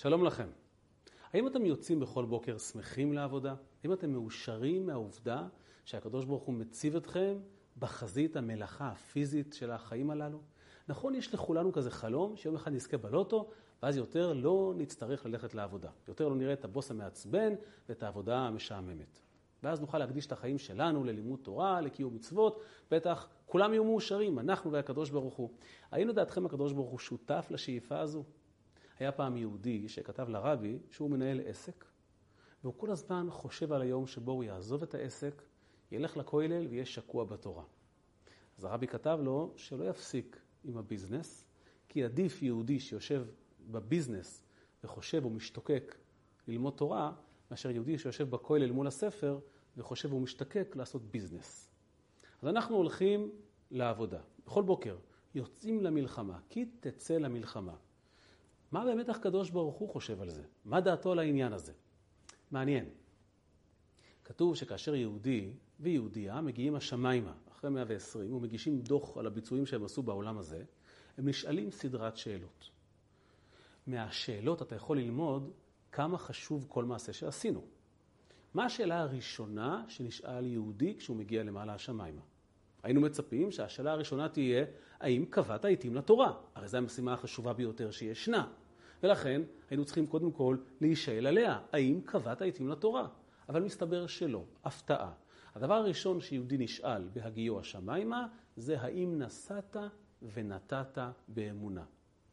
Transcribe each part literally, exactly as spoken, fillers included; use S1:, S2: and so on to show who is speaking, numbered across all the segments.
S1: שלום לכם. האם אתם יוצאים בכל בוקר שמחים לעבודה? האם אתם מאושרים מהעובדה שהקדוש ברוך הוא מציב אתכם בחזית המלאכה הפיזית של החיים הללו? נכון, יש לכולנו כזה חלום שיום אחד נזכה בלוטו, ואז יותר לא נצטרך ללכת לעבודה. יותר לא נראה את הבוס המעצבן ואת העבודה המשעממת. ואז נוכל להקדיש את החיים שלנו ללימוד תורה, לקיום מצוות. בטח כולם יהיו מאושרים, אנחנו והקדוש ברוך הוא. האם לדעתכם הקדוש ברוך הוא שותף לשאיפה הזו? היה פעם יהודי שכתב לרבי שהוא מנהל עסק, והוא כל הזמן חושב על היום שבו הוא יעזוב את העסק, ילך לכולל ויהיה שקוע בתורה. אז הרבי כתב לו שלא יפסיק עם הביזנס, כי עדיף יהודי שיושב בביזנס וחושב ומשתוקק ללמוד תורה, מאשר יהודי שיושב בכולל מול הספר וחושב ומשתוקק לעשות ביזנס. אז אנחנו הולכים לעבודה. בכל בוקר יוצאים למלחמה, כי תצא למלחמה. מה באמת הקדוש ברוך הוא חושב על זה? מה דעתו על העניין הזה? מעניין. כתוב שכאשר יהודי ויהודייה מגיעים השמיימה, אחרי מאה ועשרים, ומגישים דוח על הביצועים שהם עשו בעולם הזה, הם נשאלים סדרת שאלות. מהשאלות אתה יכול ללמוד כמה חשוב כל מעשה שעשינו. מה השאלה הראשונה שנשאל יהודי כשהוא מגיע למעלה השמיימה? היינו מצפים שהשאלה הראשונה תהיה, האם קבעת עיתים לתורה? הרי זו המשימה החשובה ביותר שישנה. ולכן היינו צריכים קודם כל להישאל עליה, האם קבעת עיתים לתורה? אבל מסתבר שלא, הפתעה. הדבר הראשון שיהודי נשאל בהגיעו השמיימה, זה האם נסעת ונתת באמונה.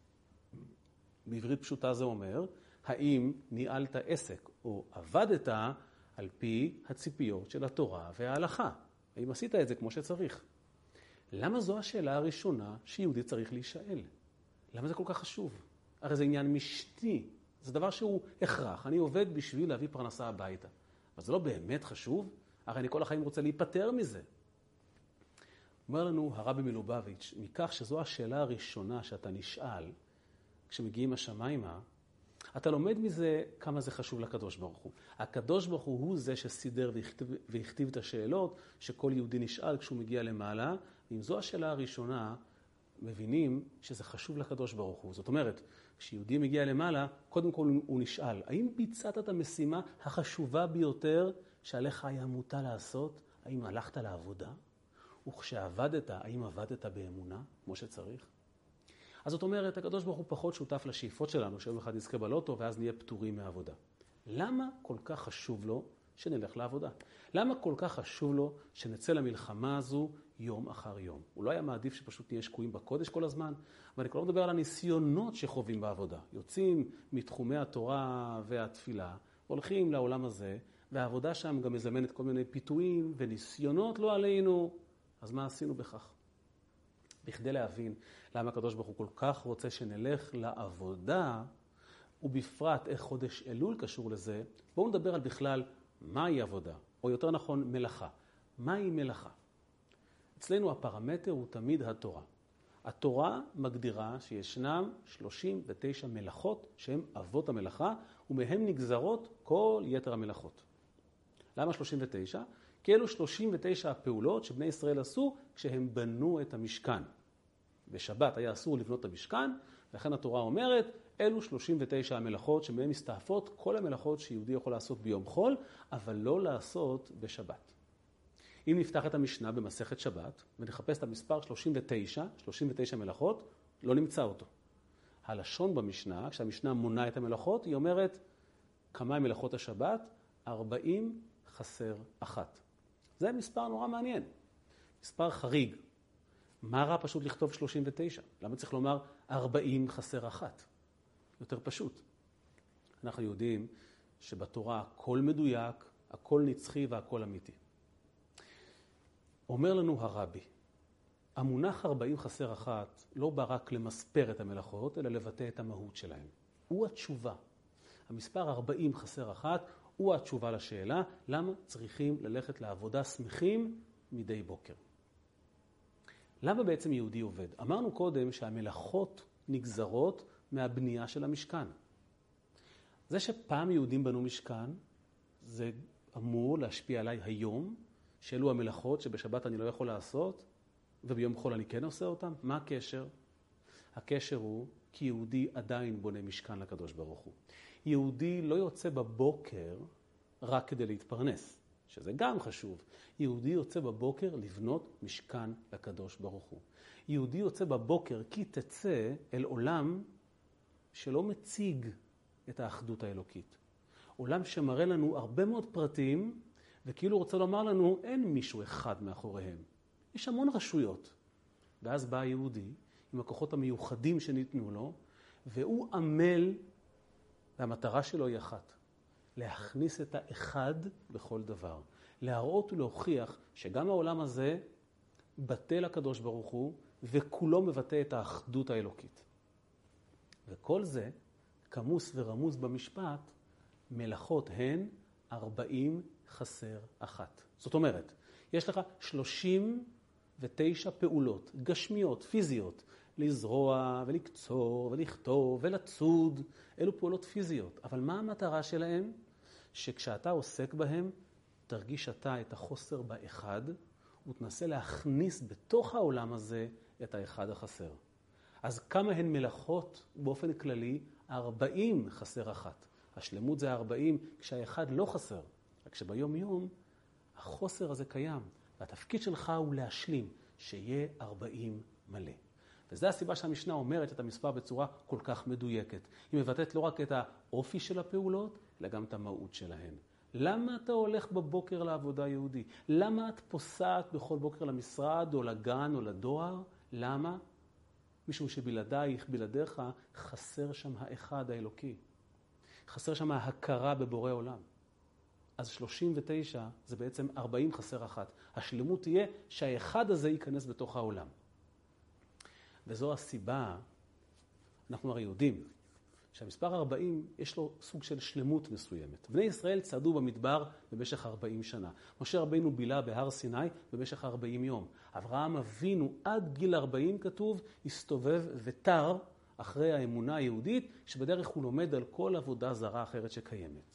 S1: בעברית פשוטה זה אומר, האם ניהלת עסק או עבדת על פי הציפיות של התורה וההלכה? האם עשית את זה כמו שצריך? למה זו השאלה הראשונה שיהודי צריך להישאל? למה זה כל כך חשוב? הרי זה עניין משני, זה דבר שהוא הכרח. אני עובד בשביל להביא פרנסה הביתה. אבל זה לא באמת חשוב? הרי אני כל החיים רוצה להיפטר מזה. אומר לנו הרבי מלובביץ', מכך שזו השאלה הראשונה שאתה נשאל, כשמגיעים השמיימה, אתה לומד מזה כמה זה חשוב לקדוש ברוך הוא. הקדוש ברוך הוא הוא זה שסידר והכתיב, והכתיב את השאלות שכל יהודי נשאל כשהוא מגיע למעלה. ואם זו השאלה הראשונה, מבינים שזה חשוב לקדוש ברוך הוא. זאת אומרת, כשיהודי מגיע למעלה, קודם כל הוא נשאל, האם ביצעת את המשימה החשובה ביותר שעליך היה מוטל לעשות? האם הלכת לעבודה? וכשעבדת, האם עבדת באמונה, כמו שצריך? אז זאת אומרת, הקדוש ברוך הוא פחות שותף לשאיפות שלנו, שיום אחד נזכה בלוטו ואז נהיה פטורים מהעבודה. למה כל כך חשוב לו שנלך לעבודה? למה כל כך חשוב לו שנצא למלחמה הזו יום אחר יום? הוא לא היה מעדיף שפשוט נהיה שקועים בקודש כל הזמן, ואני כבר לא מדבר על הניסיונות שחווים בעבודה. יוצאים מתחומי התורה והתפילה, הולכים לעולם הזה, והעבודה שם גם מזמנת כל מיני פיתויים וניסיונות לא עלינו. אז מה עשינו בכך? בכדי להבין למה הקדוש ברוך הוא כל כך רוצה שנלך לעבודה, ובפרט איך חודש אלול קשור לזה, בואו נדבר על בכלל מהי עבודה, או יותר נכון מלאכה. מהי מלאכה? אצלנו הפרמטר הוא תמיד התורה. התורה מגדירה שישנם שלושים ותשע מלאכות שהן אבות המלאכה, ומהם נגזרות כל יתר המלאכות. למה שלושים ותשע? כי אלו שלושים ותשע הפעולות שבני ישראל עשו כשהם בנו את המשכן. בשבת היה אסור לבנות את המשכן, לכן התורה אומרת, אלו שלושים ותשע המלאכות שמהם מסתעפות כל המלאכות שיהודי יכול לעשות ביום חול, אבל לא לעשות בשבת. אם נפתח את המשנה במסכת שבת, ונחפש את המספר שלושים ותשע, שלושים ותשע מלאכות, לא נמצא אותו. הלשון במשנה, כשהמשנה מונה את המלאכות, היא אומרת, כמה מלאכות השבת? ארבעים חסר אחת. זה מספר נורא מעניין. מספר חריג. מה רע פשוט לכתוב שלושים ותשע? למה צריך לומר ארבעים חסר אחת? יותר פשוט. אנחנו יודעים שבתורה הכל מדויק, הכל נצחי והכל אמיתי. אומר לנו הרבי, המונח ארבעים חסר אחת לא בא רק למספר את המלאכות, אלא לבטא את המהות שלהם. הוא התשובה. המספר ארבעים חסר אחת הוא התשובה לשאלה, למה צריכים ללכת לעבודה שמחים מדי בוקר. למה בעצם יהודי עובד? אמרנו קודם שהמלאכות נגזרות מהבנייה של המשכן. זה שפעם יהודים בנו משכן, זה אמור להשפיע עליי היום, שאלו המלאכות שבשבת אני לא יכול לעשות, וביום חול אני כן עושה אותם. מה הקשר? הקשר הוא כי יהודי עדיין בונה משכן לקדוש ברוך הוא. יהודי לא יוצא בבוקר רק כדי להתפרנס, שזה גם חשוב. יהודי יוצא בבוקר לבנות משכן לקדוש ברוך הוא. יהודי יוצא בבוקר כי תצא אל עולם שלא מציג את האחדות האלוקית. עולם שמראה לנו הרבה מאוד פרטים, וכאילו רוצה לומר לנו, אין מישהו אחד מאחוריהם. יש המון רשויות. ואז בא היהודי עם הכוחות המיוחדים שניתנו לו, והוא עמל, והמטרה שלו היא אחת. להכניס את האחד בכל דבר. להראות ולהוכיח שגם העולם הזה בטל הקדוש ברוך הוא, וכולו מבטא את האחדות האלוקית. וכל זה, כמוס ורמוז במשפט, מלאכות הן ארבעים חסר אחת. זאת אומרת, יש לך שלושים ותשע פעולות, גשמיות, פיזיות, לזרוע ולקצור ולכתוב ולצוד, אלו פעולות פיזיות. אבל מה המטרה שלהם? שכשאתה עוסק בהם, תרגיש אתה את החוסר באחד, ותנסה להכניס בתוך העולם הזה את האחד החסר. אז כמה הן מלאכות באופן כללי? ארבעים חסר אחת. השלמות זה ארבעים כשהאחד לא חסר. רק שביום יום החוסר הזה קיים. והתפקיד שלך הוא להשלים, שיהיה ארבעים מלא. וזו הסיבה שהמשנה אומרת את המספר בצורה כל כך מדויקת. היא מבטאת לא רק את האופי של הפעולות, אלא גם את המהות שלהן. למה אתה הולך בבוקר לעבודה יהודי? למה את פוסעת בכל בוקר למשרד או לגן או לדואר? למה? משום שבלעדייך, בלעדיך, חסר שם האחד האלוקי. חסר שם ההכרה בבורא עולם. אז שלושים ותשע זה בעצם ארבעים חסר אחת. השלמות תהיה שהאחד הזה ייכנס בתוך העולם. וזו הסיבה, אנחנו הרי יודעים, שהמספר ארבעים יש לו סוג של שלמות מסוימת. בני ישראל צעדו במדבר במשך ארבעים שנה. משה רבינו בילה בהר סיני במשך ארבעים יום. אברהם אבינו עד גיל ארבעים כתוב, הסתובב ותר אחרי האמונה היהודית, שבדרך הוא לומד על כל עבודה זרה אחרת שקיימת.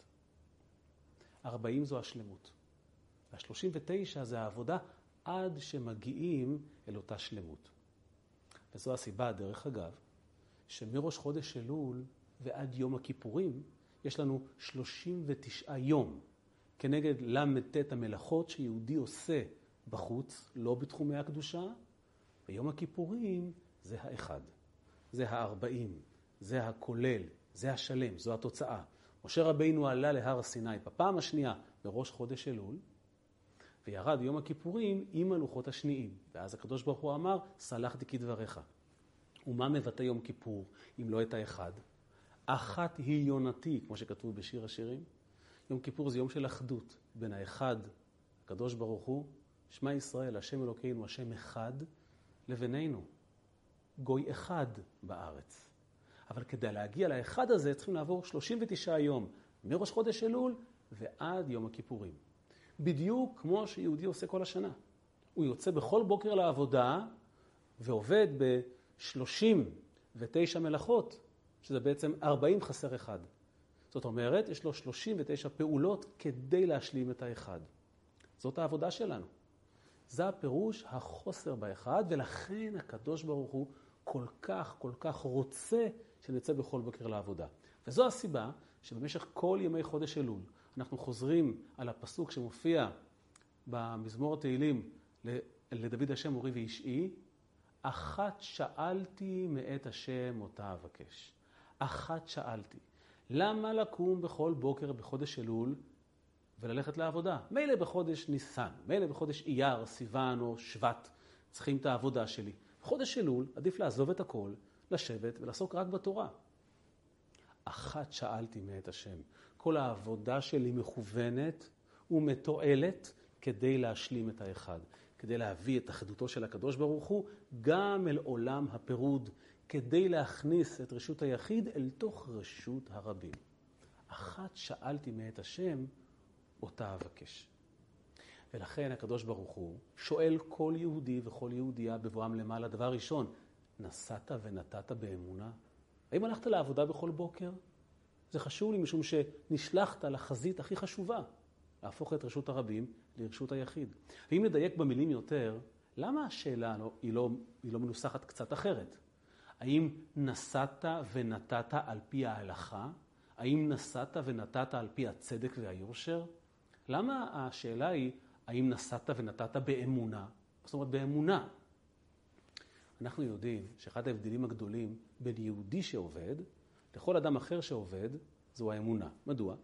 S1: ארבעים זו השלמות. וה-שלושים ותשע זה העבודה עד שמגיעים אל אותה שלמות. וזו הסיבה, דרך אגב, שמראש חודש אלול ועד יום הכיפורים, יש לנו שלושים ותשעה יום, כנגד למ"ט המלאכות שיהודי עושה בחוץ, לא בתחומי הקדושה, ויום הכיפורים זה האחד. זה הארבעים, זה הכולל, זה השלם, זו התוצאה. משה רבינו עלה להר סיני בפעם השנייה בראש חודש אלול, וירד יום הכיפורים עם הלוחות השניים. ואז הקדוש ברוך הוא אמר, סלחתי כדבריך. ומה מבטא יום כיפור אם לא את האחד? אחת היא יונתי, כמו שכתוב בשיר השירים. יום כיפור זה יום של אחדות בין האחד, הקדוש ברוך הוא, שמע ישראל, השם אלוקינו, השם אחד, לבינינו. גוי אחד בארץ. אבל כדי להגיע לאחד הזה צריכים לעבור שלושים ותשעה יום, מראש חודש אלול ועד יום הכיפורים. בדיוק כמו שיהודי עושה כל השנה. הוא יוצא בכל בוקר לעבודה ועובד ב-שלושים ותשע מלאכות, שזה בעצם ארבעים חסר אחד. זאת אומרת, יש לו שלושים ותשע פעולות כדי להשלים את האחד. זאת העבודה שלנו. זה הפירוש החוסר באחד, ולכן הקדוש ברוך הוא כל כך, כל כך רוצה שנצא בכל בוקר לעבודה. וזו הסיבה שבמשך כל ימי חודש אלול אנחנו חוזרים על הפסוק שמופיע במזמור התהילים לדוד השם אורי ואישי, אחת שאלתי מאת השם אותה אבקש. אחת שאלתי. למה לקום בכל בוקר בחודש אלול וללכת לעבודה? מילא בחודש ניסן, מילא בחודש אייר, סיוון או שבט, צריכים את העבודה שלי. בחודש אלול עדיף לעזוב את הכל, לשבת ולעסוק רק בתורה. אחת שאלתי מאת השם. כל העבודה שלי מכוונת ומתועלת כדי להשלים את האחד. כדי להביא את אחדותו של הקדוש ברוך הוא גם אל עולם הפירוד. כדי להכניס את רשות היחיד אל תוך רשות הרבים. אחת שאלתי מאת השם, אותה אבקש. ולכן הקדוש ברוך הוא שואל כל יהודי וכל יהודייה בבואם למעלה. דבר ראשון, נסעת ונתת באמונה? האם הלכת לעבודה בכל בוקר? זה חשוב לי משום שנשלחת לחזית הכי חשובה, להפוך את רשות הרבים לרשות היחיד. ואם נדייק במילים יותר, למה השאלה לא, היא, לא, היא לא מנוסחת קצת אחרת? האם נסעת ונתת על פי ההלכה? האם נסעת ונתת על פי הצדק והיושר? למה השאלה היא, האם נסעת ונתת באמונה? זאת אומרת, באמונה. אנחנו יודעים שאחד ההבדלים הגדולים בין יהודי שעובד לכל אדם אחר שעובד, זו האמונה. מדוע?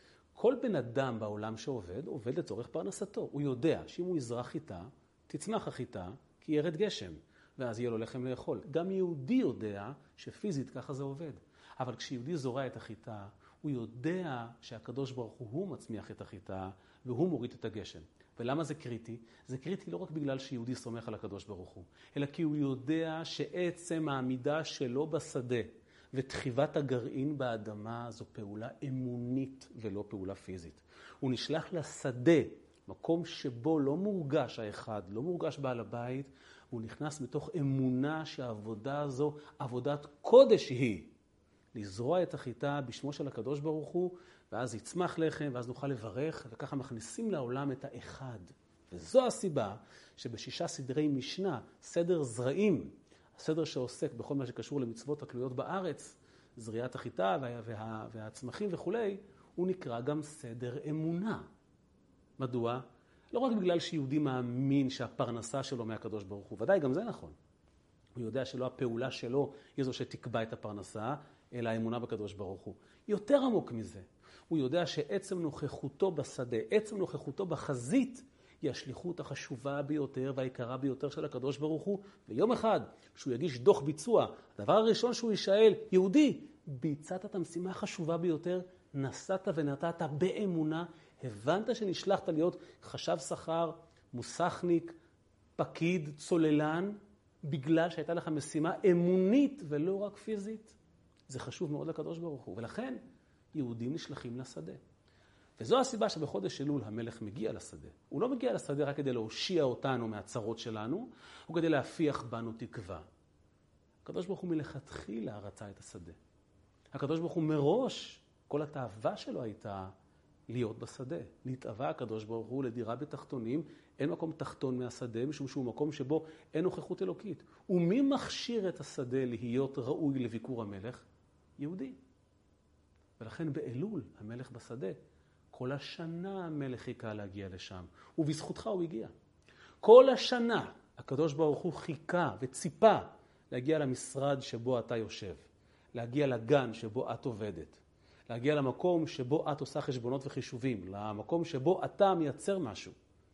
S1: כל בן אדם בעולם שעובד, עובד לצורך פרנסתו. הוא יודע שאם הוא יזרח חיטה, תצמח החיטה, כי ירד גשם, ואז יהיה לו לחם לאכול. גם יהודי יודע שפיזית ככה זה עובד. אבל כשיהודי זורע את החיטה, הוא יודע שהקדוש ברוך הוא, הוא מצמיח את החיטה, והוא מוריד את הגשם. ולמה זה קריטי? זה קריטי לא רק בגלל שיהודי סומך על הקדוש ברוך הוא, אלא כי הוא יודע שעצם העמידה שלו בשדה, ותחיבת הגרעין באדמה זו פעולה אמונית ולא פעולה פיזית. הוא נשלח לשדה, מקום שבו לא מורגש האחד, לא מורגש בעל הבית, הוא נכנס מתוך אמונה שהעבודה הזו, עבודת קודש היא, לזרוע את החיטה בשמו של הקדוש ברוך הוא, ואז יצמח לחם, ואז נוכל לברך, וככה מכניסים לעולם את האחד. וזו הסיבה שבשישה סדרי משנה, סדר זרעים, הסדר שעוסק בכל מה שקשור למצוות התלויות בארץ, זריעת החיטה וה, וה, והצמחים וכו', הוא נקרא גם סדר אמונה. מדוע? לא רק בגלל שיהודי מאמין שהפרנסה שלו מהקדוש ברוך הוא, ודאי גם זה נכון. הוא יודע שלא הפעולה שלו היא זו שתקבע את הפרנסה, אלא האמונה בקדוש ברוך הוא. יותר עמוק מזה, הוא יודע שעצם נוכחותו בשדה, עצם נוכחותו בחזית, היא השליחות החשובה ביותר והעיקרה ביותר של הקדוש ברוך הוא. ויום אחד, שהוא יגיש דוח ביצוע, הדבר הראשון שהוא יישאל, יהודי, ביצעת את המשימה החשובה ביותר, נסעת ונתת באמונה, הבנת שנשלחת להיות חשב שכר, מוסכניק, פקיד, צוללן, בגלל שהייתה לך משימה אמונית ולא רק פיזית. זה חשוב מאוד לקדוש ברוך הוא, ולכן יהודים נשלחים לשדה. וזו הסיבה שבחודש אלול המלך מגיע לשדה. הוא לא מגיע לשדה רק כדי להושיע אותנו מהצרות שלנו, הוא כדי להפיח בנו תקווה. הקדוש ברוך הוא מלכתחילה רצה את השדה. הקדוש ברוך הוא מראש, כל התאווה שלו הייתה להיות בשדה. נתאווה הקדוש ברוך הוא לדירה בתחתונים, אין מקום תחתון מהשדה, משום שהוא מקום שבו אין נוכחות אלוקית. ומי מכשיר את השדה להיות ראוי לביקור המלך? יהודי. ולכן באלול המלך בשדה, כל השנה המלך חיכה להגיע לשם, ובזכותך הוא הגיע. כל השנה הקדוש ברוך הוא חיכה וציפה להגיע למשרד שבו אתה יושב, להגיע לגן שבו את עובדת, להגיע למקום שבו את עושה חשבונות וחישובים, למקום שבו אתה מייצר משהו.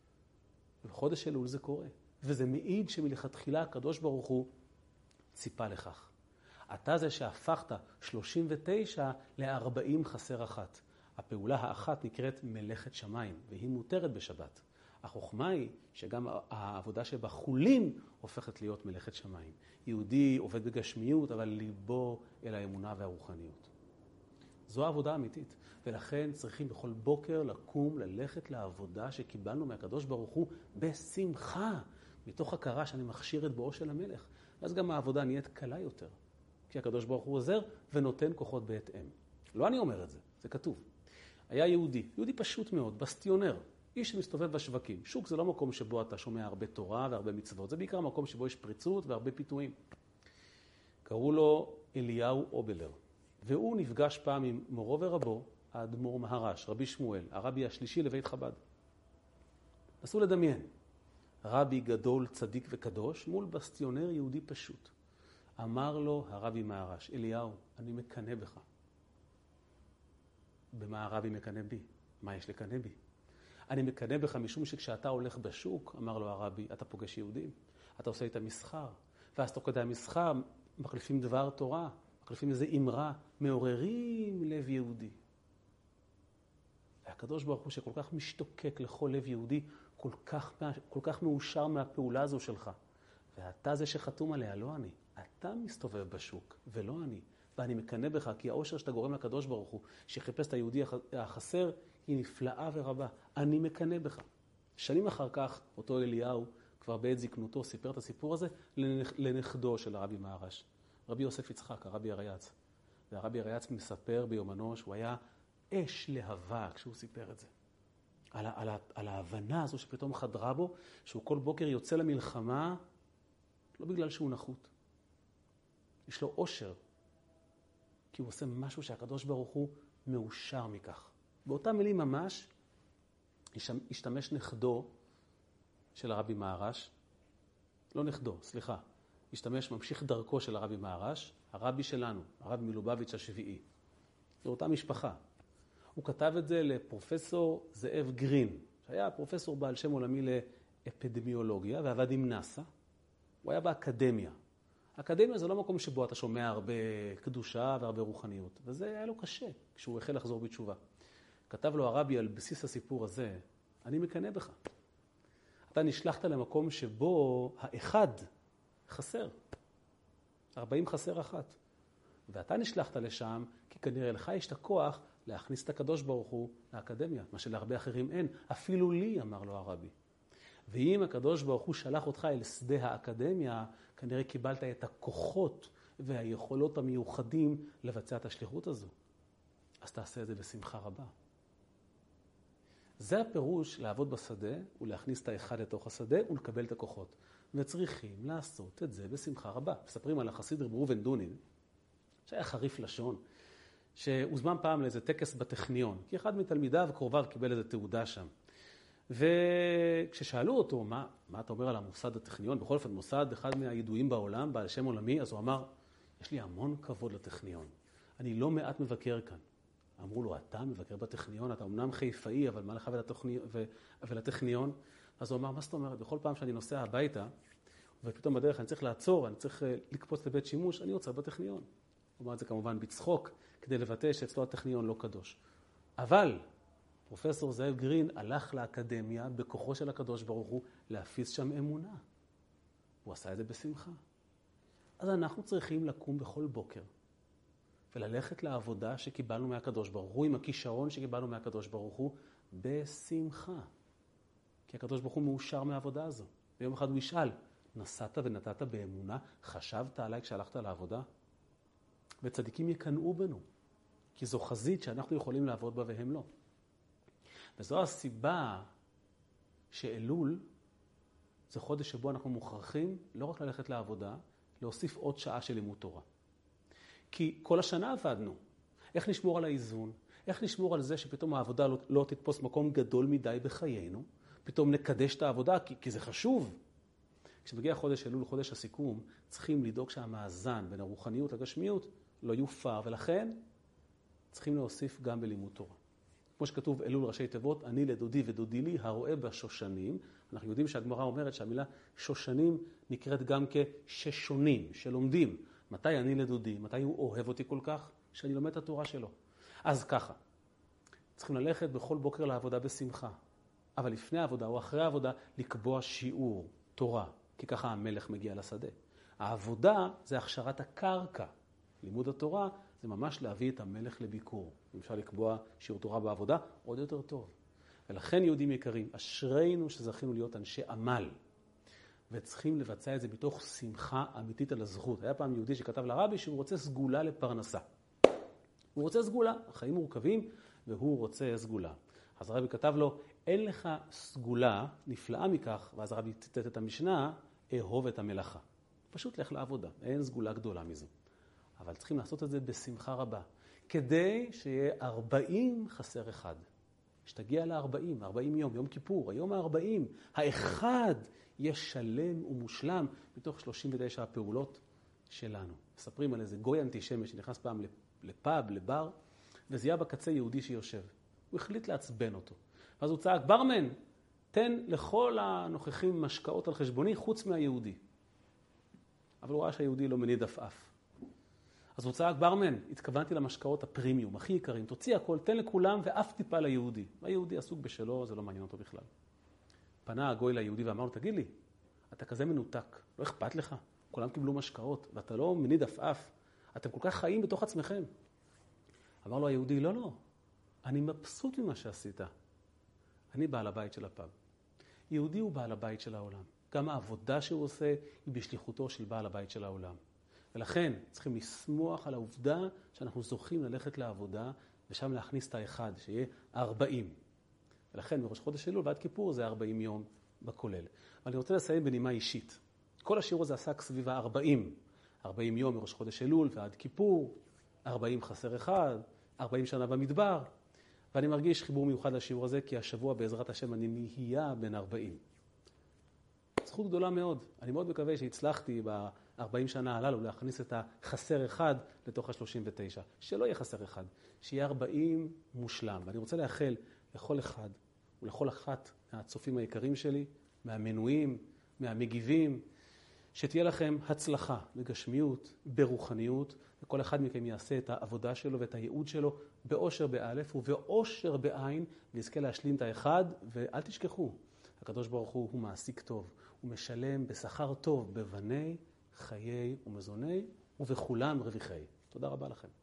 S1: ובחודש אלול זה קורה, וזה מעיד שמלכתחילה הקדוש ברוך הוא ציפה לכך. אתה זה שהפכת שלושים ותשע ל-ארבעים חסר אחת. הפעולה האחת נקראת מלאכת שמיים, והיא מותרת בשבת. החוכמה היא שגם העבודה שבחולין הופכת להיות מלאכת שמיים. יהודי עובד בגשמיות, אבל ליבו אל האמונה והרוחניות. זו העבודה האמיתית, ולכן צריכים בכל בוקר לקום, ללכת לעבודה שקיבלנו מהקדוש ברוך הוא בשמחה, מתוך הכרה שאני מכשיר את בואו של המלך. אז גם העבודה נהיית קלה יותר, כי הקדוש ברוך הוא עוזר ונותן כוחות בהתאם. לא אני אומר את זה, זה כתוב. היה יהודי, יהודי פשוט מאוד, בסטיונר, איש שמסתובב בשווקים. שוק זה לא מקום שבו אתה שומע הרבה תורה והרבה מצוות, זה בעיקר מקום שבו יש פריצות והרבה פיתויים. קראו לו אליהו אובלר, והוא נפגש פעם עם מורו ורבו, האדמו"ר מהר"ש, רבי שמואל, הרבי השלישי לבית חב"ד. נסו לדמיין, רבי גדול, צדיק וקדוש, מול בסטיונר יהודי פשוט. אמר לו הרבי מהר"ש, אליהו, אני מקנא בך. במה הרבי מקנא בי? מה יש לקנא בי? אני מקנא בך משום שכשאתה הולך בשוק, אמר לו הרבי, אתה פוגש יהודים, אתה עושה איתם מסחר, ואז תוך כדי המסחר מחליפים דבר תורה, מחליפים איזה אמרה, מעוררים לב יהודי. והקדוש ברוך הוא שכל כך משתוקק לכל לב יהודי, כל כך, כל כך מאושר מהפעולה הזו שלך. ואתה זה שחתום עליה, לא אני. אתה מסתובב בשוק, ולא אני. ואני מקנא בך, כי האושר שאתה גורם לקדוש ברוך הוא, שחיפש את היהודי החסר, היא נפלאה ורבה. אני מקנא בך. שנים אחר כך, אותו אליהו, כבר בעת זקנותו, סיפר את הסיפור הזה לנכדו של הרבי מהר"ש. רבי יוסף יצחק, הרבי הרייץ. והרבי הרייץ מספר ביומנו שהוא היה אש להבה כשהוא סיפר את זה. על, על, על ההבנה הזו שפתאום חדרה בו, שהוא כל בוקר יוצא למלחמה, לא בגלל שהוא נחות. יש לו אושר, כי הוא עושה משהו שהקדוש ברוך הוא מאושר מכך. באותם מילים ממש השתמש נכדו של הרבי מהר"ש, לא נכדו, סליחה, השתמש ממשיך דרכו של הרבי מהר"ש, הרבי שלנו, הרבי מלובביץ' השביעי. זו אותה משפחה. הוא כתב את זה לפרופסור זאב גרין, שהיה פרופסור בעל שם עולמי לאפידמיולוגיה ועבד עם נאסא. הוא היה באקדמיה. האקדמיה זה לא מקום שבו אתה שומע הרבה קדושה והרבה רוחניות, וזה היה לו קשה כשהוא החל לחזור בתשובה. כתב לו הרבי על בסיס הסיפור הזה, אני מקנא בך. אתה נשלחת למקום שבו האחד חסר. ארבעים חסר אחת. ואתה נשלחת לשם, כי כנראה לך יש את הכוח להכניס את הקדוש ברוך הוא לאקדמיה, מה שלהרבה אחרים אין. אפילו לי, אמר לו הרבי. ואם הקדוש ברוך הוא שלח אותך אל שדה האקדמיה, כנראה קיבלת את הכוחות והיכולות המיוחדים לבצע את השליחות הזו. אז תעשה את זה בשמחה רבה. זה הפירוש לעבוד בשדה ולהכניס את האחד לתוך השדה ולקבל את הכוחות. וצריכים לעשות את זה בשמחה רבה. מספרים על החסיד רב ראובן דונין, שהיה חריף לשון, שהוזמן פעם לאיזה טקס בטכניון, כי אחד מתלמידיו קרוביו קיבל איזה תעודה שם. וכששאלו אותו, מה, מה אתה אומר על המוסד הטכניון? בכל אופן, מוסד אחד מהידועים בעולם, בעל שם עולמי, אז הוא אמר, יש לי המון כבוד לטכניון. אני לא מעט מבקר כאן. אמרו לו, אתה מבקר בטכניון, אתה אמנם חיפאי, אבל מה לך ולטכניון? ו... ולטכניון? אז הוא אמר, מה זאת אומרת? בכל פעם שאני נוסע הביתה, ופתאום בדרך אני צריך לעצור, אני צריך לקפוץ לבית שימוש, אני יוצא בטכניון. הוא אמר את זה כמובן בצחוק, כדי לבטא שאצלו הטכניון לא קדוש. אבל פרופסור זאב גרין הלך לאקדמיה בכוחו של הקדוש ברוך הוא להפיס שם אמונה. הוא עשה את זה בשמחה. אז אנחנו צריכים לקום בכל בוקר וללכת לעבודה שקיבלנו מהקדוש ברוך הוא, עם הכישרון שקיבלנו מהקדוש ברוך הוא, בשמחה. כי הקדוש ברוך הוא מאושר מהעבודה הזו. ויום אחד הוא ישאל, נסעת ונתת באמונה, חשבת עליי כשהלכת לעבודה? וצדיקים יקנאו בנו, כי זו חזית שאנחנו יכולים לעבוד בה והם לא. וזו הסיבה שאלול זה חודש שבו אנחנו מוכרחים לא רק ללכת לעבודה, להוסיף עוד שעה של לימוד תורה. כי כל השנה עבדנו. איך נשמור על האיזון? איך נשמור על זה שפתאום העבודה לא, לא תתפוס מקום גדול מדי בחיינו? פתאום נקדש את העבודה, כי, כי זה חשוב. כשמגיע חודש אלול, חודש הסיכום, צריכים לדאוג שהמאזן בין הרוחניות לגשמיות לא יופר, ולכן צריכים להוסיף גם בלימוד תורה. כמו שכתוב אלול ראשי תיבות, אני לדודי ודודי לי, הרואה בשושנים. אנחנו יודעים שהגמרא אומרת שהמילה שושנים נקראת גם כששונים, שלומדים. מתי אני לדודי? מתי הוא אוהב אותי כל כך? שאני לומד את התורה שלו. אז ככה, צריכים ללכת בכל בוקר לעבודה בשמחה. אבל לפני העבודה או אחרי העבודה, לקבוע שיעור תורה, כי ככה המלך מגיע לשדה. העבודה זה הכשרת הקרקע. לימוד התורה זה ממש להביא את המלך לביקור. אם אפשר לקבוע שיעור תורה בעבודה, עוד יותר טוב. ולכן יהודים יקרים, אשרינו שזכינו להיות אנשי עמל. וצריכים לבצע את זה מתוך שמחה אמיתית על הזכות. היה פעם יהודי שכתב לרבי שהוא רוצה סגולה לפרנסה. הוא רוצה סגולה, החיים מורכבים, והוא רוצה סגולה. אז הרבי כתב לו, אין לך סגולה נפלאה מכך, ואז הרבי ציטט את המשנה, אהוב את המלאכה. פשוט לך לעבודה, אין סגולה גדולה מזו. אבל צריכים לעשות את זה בשמחה רבה, כדי שיהיה ארבעים חסר אחד. שתגיע ל-ארבעים, ארבעים יום, יום כיפור, היום ה-ארבעים, האחד יהיה שלם ומושלם מתוך שלושים ותשע הפעולות שלנו. מספרים על איזה גוי אנטישמי שנכנס פעם לפאב, לבר, וזיהה בקצה יהודי שיושב. הוא החליט לעצבן אותו. ואז הוא צעק, ברמן, תן לכל הנוכחים משקאות על חשבוני חוץ מהיהודי. אבל הוא ראה שהיהודי לא מניד אף אף. אז הוא צעק, ברמן, התכוונתי למשקאות הפרימיום, הכי יקרים, תוציא הכל, תן לכולם ואף טיפה ליהודי. והיהודי עסוק בשלו, זה לא מעניין אותו בכלל. פנה הגוי ליהודי ואמר לו, תגיד לי, אתה כזה מנותק, לא אכפת לך? כולם קיבלו משקאות, ואתה לא מניד אף אף. אתם כל כך חיים בתוך עצמכם. אמר לו היהודי, לא, לא, אני מבסוט ממה שעשית. אני בעל הבית של הפאב. יהודי הוא בעל הבית של העולם. גם העבודה שהוא עושה היא בשליחותו של בעל הבית של העולם. ולכן צריכים לשמוח על העובדה שאנחנו זוכים ללכת לעבודה ושם להכניס את האחד, שיהיה ארבעים. ולכן מראש חודש אלול ועד כיפור זה ארבעים יום בכולל. אבל אני רוצה לסיים בנימה אישית. כל השיעור הזה עסק סביב ה-ארבעים. ארבעים יום מראש חודש אלול ועד כיפור, ארבעים חסר אחד, ארבעים שנה במדבר, ואני מרגיש חיבור מיוחד לשיעור הזה, כי השבוע בעזרת השם אני נהיה בן ארבעים. זכות גדולה מאוד. אני מאוד מקווה שהצלחתי ב-ארבעים שנה הללו להכניס את החסר אחד לתוך ה-שלושים ותשע. שלא יהיה חסר אחד, שיהיה ארבעים מושלם. ואני רוצה לאחל לכל אחד ולכל אחת מהצופים היקרים שלי, מהמנויים, מהמגיבים, שתהיה לכם הצלחה בגשמיות, ברוחניות, וכל אחד מכם יעשה את העבודה שלו ואת הייעוד שלו באושר באלף ובאושר בעין, ויזכה להשלים את האחד, ואל תשכחו, הקדוש ברוך הוא הוא מעסיק טוב, הוא משלם בשכר טוב בבני, חיי ומזוני, ובכולם רוויחי. תודה רבה לכם.